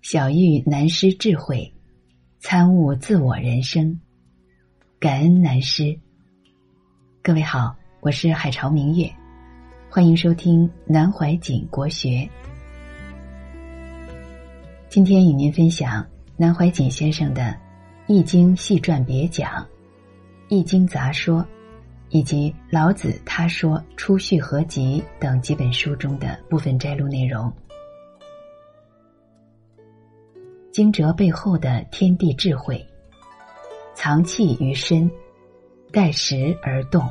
小遇南师智慧，参悟自我人生。感恩南师。各位好，我是海潮明月，欢迎收听南怀瑾国学。今天与您分享南怀瑾先生的《易经细传别讲》、《易经杂说》以及《老子他说》初序合集等几本书中的部分摘录内容。惊蛰背后的天地智慧，藏气于身，待时而动。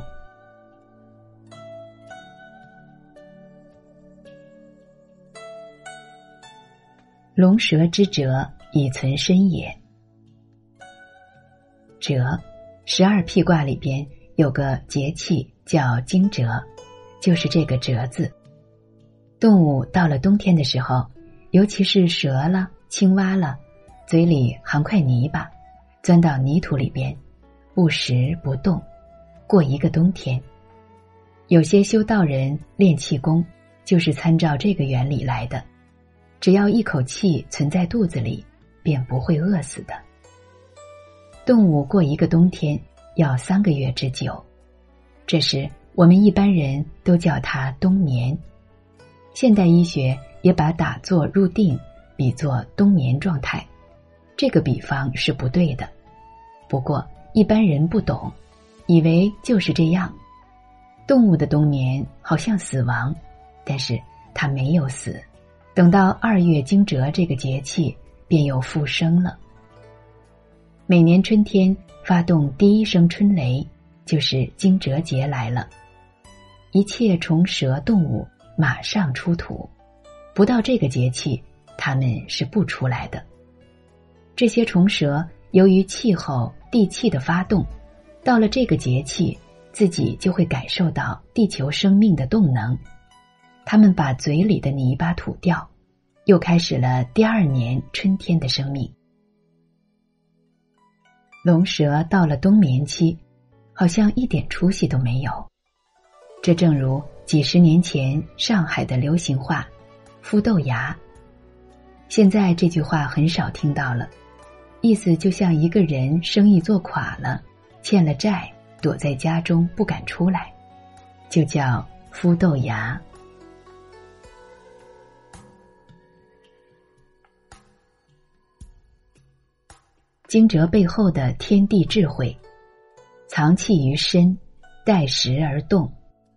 龙蛇之蛰，以存身也。蛰，12辟卦里边有个节气叫惊蛰，就是这个蛰字。动物到了冬天的时候，尤其是蛇了、青蛙了，嘴里含块泥巴，钻到泥土里边，不食不动，过一个冬天。有些修道人练气功，就是参照这个原理来的，只要一口气存在肚子里，便不会饿死的。动物过一个冬天要3个月之久，这时我们一般人都叫它冬眠。现代医学也把打坐入定比作冬眠状态，这个比方是不对的。不过一般人不懂，以为就是这样。动物的冬眠好像死亡，但是它没有死，等到2月惊蛰这个节气便又复生了。每年春天发动第一声春雷，就是惊蛰节来了。一切虫蛇动物马上出土，不到这个节气它们是不出来的。这些虫蛇由于气候地气的发动，到了这个节气自己就会感受到地球生命的动能，它们把嘴里的泥巴吐掉，又开始了第2年春天的生命。龙蛇到了冬眠期，好像一点出息都没有。这正如几十年前上海的流行话孵豆芽，现在这句话很少听到了，意思就像一个人生意做垮了，欠了债，躲在家中不敢出来，就叫孵豆芽。惊蛰背后的天地智慧，藏气于身，待时而动。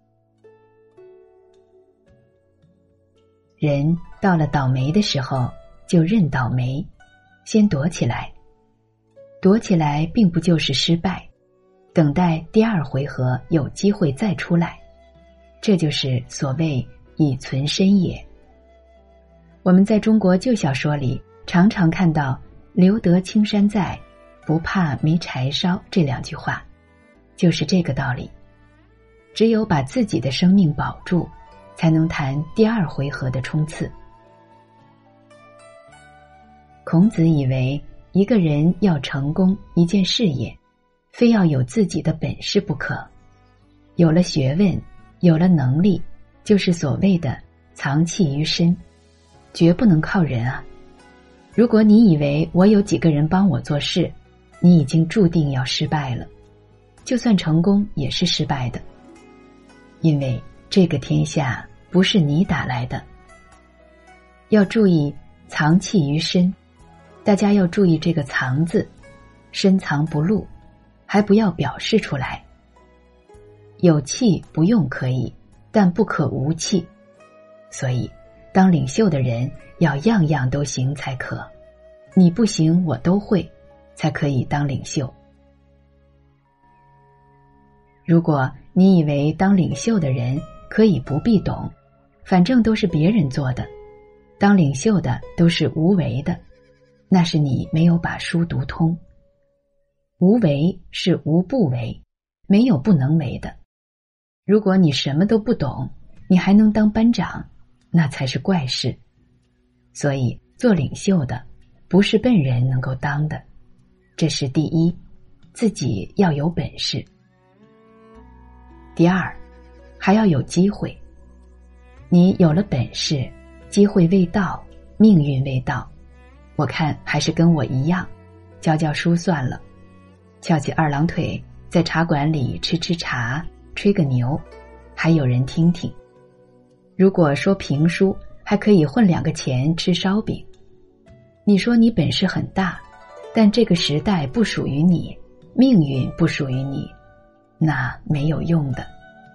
人到了倒霉的时候，就认倒霉，先躲起来。躲起来并不就是失败，等待第2回合有机会再出来，这就是所谓以存身也。我们在中国旧小说里常常看到留得青山在，不怕没柴烧这2句话，就是这个道理。只有把自己的生命保住，才能谈第2回合的冲刺。孔子以为一个人要成功一件事业，非要有自己的本事不可。有了学问，有了能力，就是所谓的藏气于身，绝不能靠人啊。如果你以为我有几个人帮我做事，你已经注定要失败了，就算成功也是失败的。因为这个天下不是你打来的。要注意藏气于身，大家要注意这个藏字，深藏不露，还不要表示出来。有气不用可以，但不可无气。所以当领袖的人要样样都行才可，你不行我都会，才可以当领袖。如果你以为当领袖的人可以不必懂，反正都是别人做的，当领袖的都是无为的，那是你没有把书读通。无为是无不为，没有不能为的。如果你什么都不懂，你还能当班长，那才是怪事。所以做领袖的不是笨人能够当的，这是第一，自己要有本事。第2，还要有机会。你有了本事，机会未到，命运未到， 我看还是跟我一样，教教书算了，翘起二郎腿，在茶馆里吃吃茶，吹个牛，还有人听听。如果说评书，还可以混2个钱吃烧饼。你说你本事很大，但这个时代不属于你，命运不属于你，那没有用的。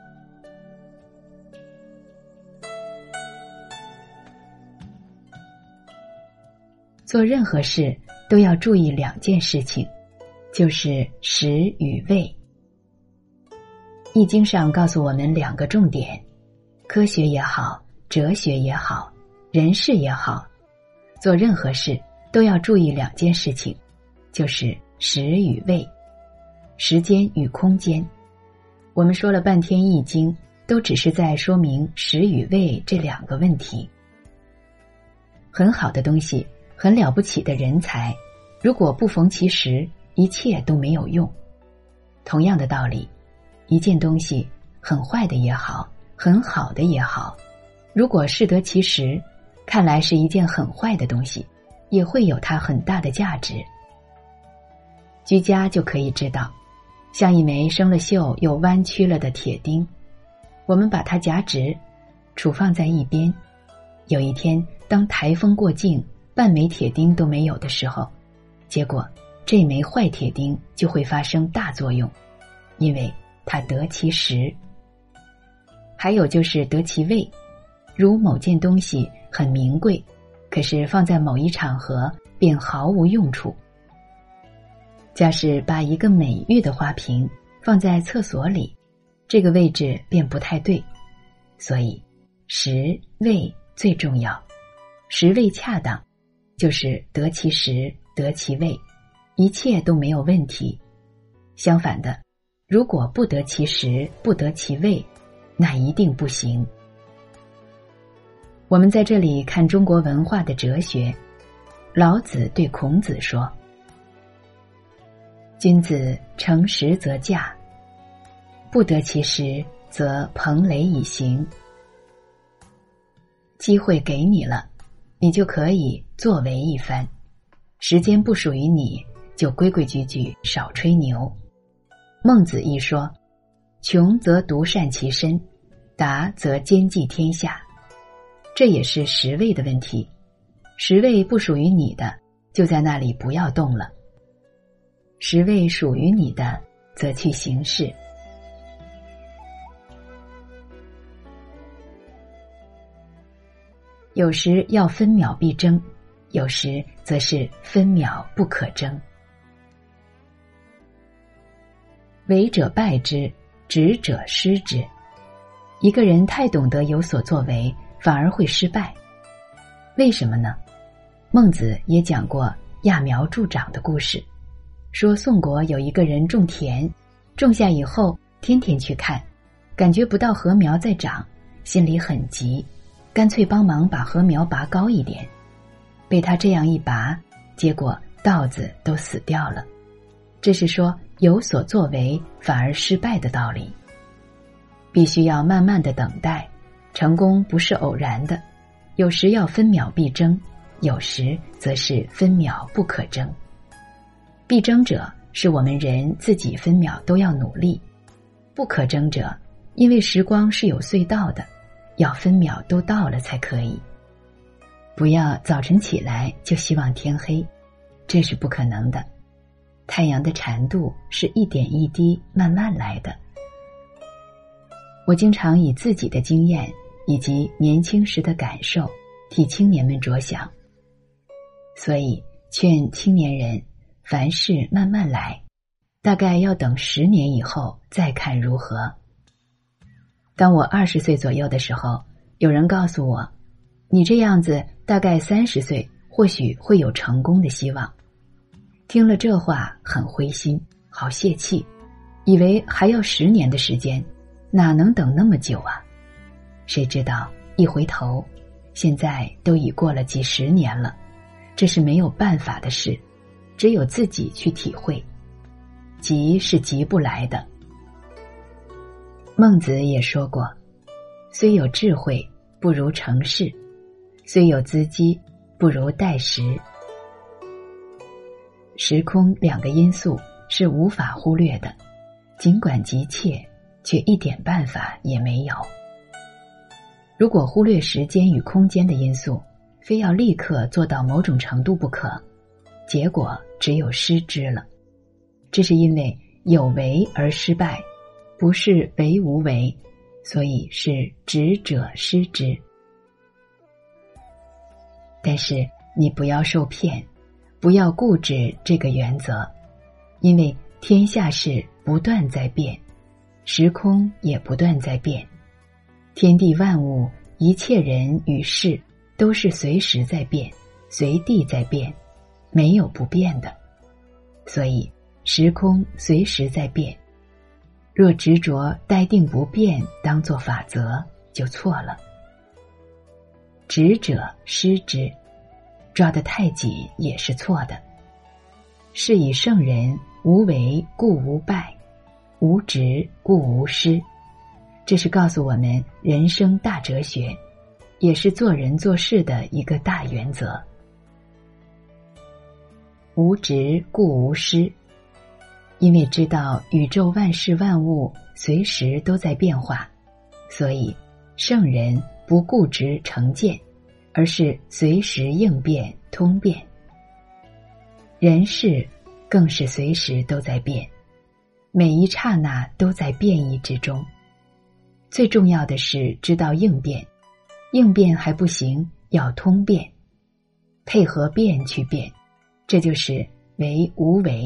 做任何事都要注意2件事情，就是时与位。易经上告诉我们2个重点，科学也好，哲学也好，人事也好，做任何事都要注意2件事情，就是时与位，时间与空间。我们说了半天易经，都只是在说明时与位这2个问题。很好的东西，很了不起的人才，如果不逢其时，一切都没有用。同样的道理，一件东西很坏的也好，很好的也好，如果适得其时，看来是一件很坏的东西，也会有它很大的价值。居家就可以知道，像一枚生了锈又弯曲了的铁钉，我们把它夹直，储放在一边。有一天，当台风过境，半枚铁钉都没有的时候，结果这枚坏铁钉就会发生大作用，因为它得其时。还有就是得其位，如某件东西很名贵，可是放在某一场合便毫无用处。假使把一个美玉的花瓶放在厕所里，这个位置便不太对。所以时位最重要，时位恰当，就是得其时得其位，一切都没有问题。相反的，如果不得其时不得其位，那一定不行。我们在这里看中国文化的哲学，老子对孔子说，君子诚实则驾，不得其时则彭雷以行。机会给你了，你就可以作为一番，时间不属于你，就规规矩矩少吹牛。孟子亦说，穷则独善其身，达则兼济天下。这也是时位的问题，时位不属于你的，就在那里不要动了，时位属于你的，则去行事。有时要分秒必争，有时则是分秒不可争。为者败之，执者失之。一个人太懂得有所作为，反而会失败。为什么呢？孟子也讲过揠苗助长的故事，说宋国有一个人种田，种下以后天天去看，感觉不到禾苗在长，心里很急，干脆帮忙把禾苗拔高一点。被他这样一拔，结果稻子都死掉了。这是说有所作为反而失败的道理。必须要慢慢的等待，成功不是偶然的，有时要分秒必争，有时则是分秒不可争。必争者是我们人自己分秒都要努力，不可争者，因为时光是有隧道的，要分秒都到了才可以。不要早晨起来就希望天黑，这是不可能的。太阳的禅度是一点一滴慢慢来的。我经常以自己的经验以及年轻时的感受替青年们着想，所以劝青年人凡事慢慢来，大概要等10年以后再看如何。当我20岁左右的时候，有人告诉我，你这样子大概30岁或许会有成功的希望。听了这话很灰心，好泄气，以为还要10年的时间，哪能等那么久啊？谁知道一回头，现在都已过了几10年了，这是没有办法的事，只有自己去体会。急是急不来的。孟子也说过，虽有智慧，不如成事；虽有资机，不如待时。 时空两个因素是无法忽略的，尽管急切，却一点办法也没有。如果忽略时间与空间的因素，非要立刻做到某种程度不可，结果只有失之了。这是因为有为而失败，不是为无为，所以是执者失之。但是你不要受骗，不要固执这个原则，因为天下事不断在变，时空也不断在变，天地万物，一切人与事都是随时在变，随地在变，没有不变的。所以时空随时在变，若执着待定不变当作法则，就错了。执者失之，抓得太紧也是错的。是以圣人无为故无败，无执故无失。这是告诉我们人生大哲学，也是做人做事的一个大原则。无执故无失，因为知道宇宙万事万物随时都在变化，所以圣人不固执成见，而是随时应变通变。人事更是随时都在变，每一刹那都在变异之中。最重要的是知道应变，应变还不行，要通变，配合变去变，这就是为无为。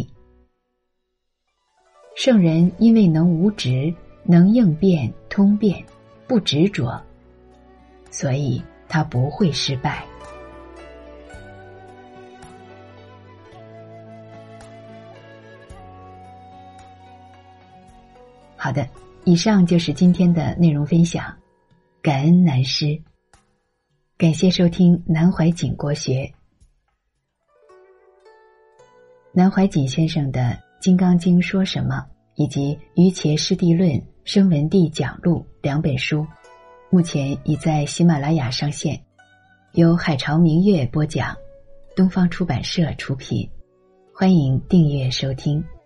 圣人因为能无执，能应变通变，不执着，所以他不会失败。好的，以上就是今天的内容分享，感恩南师，感谢收听南怀瑾国学。南怀瑾先生的《金刚经》说什么，以及《瑜伽师地论》《声闻地讲录》两本书，目前已在喜马拉雅上线，由海潮明月播讲，东方出版社出品，欢迎订阅收听。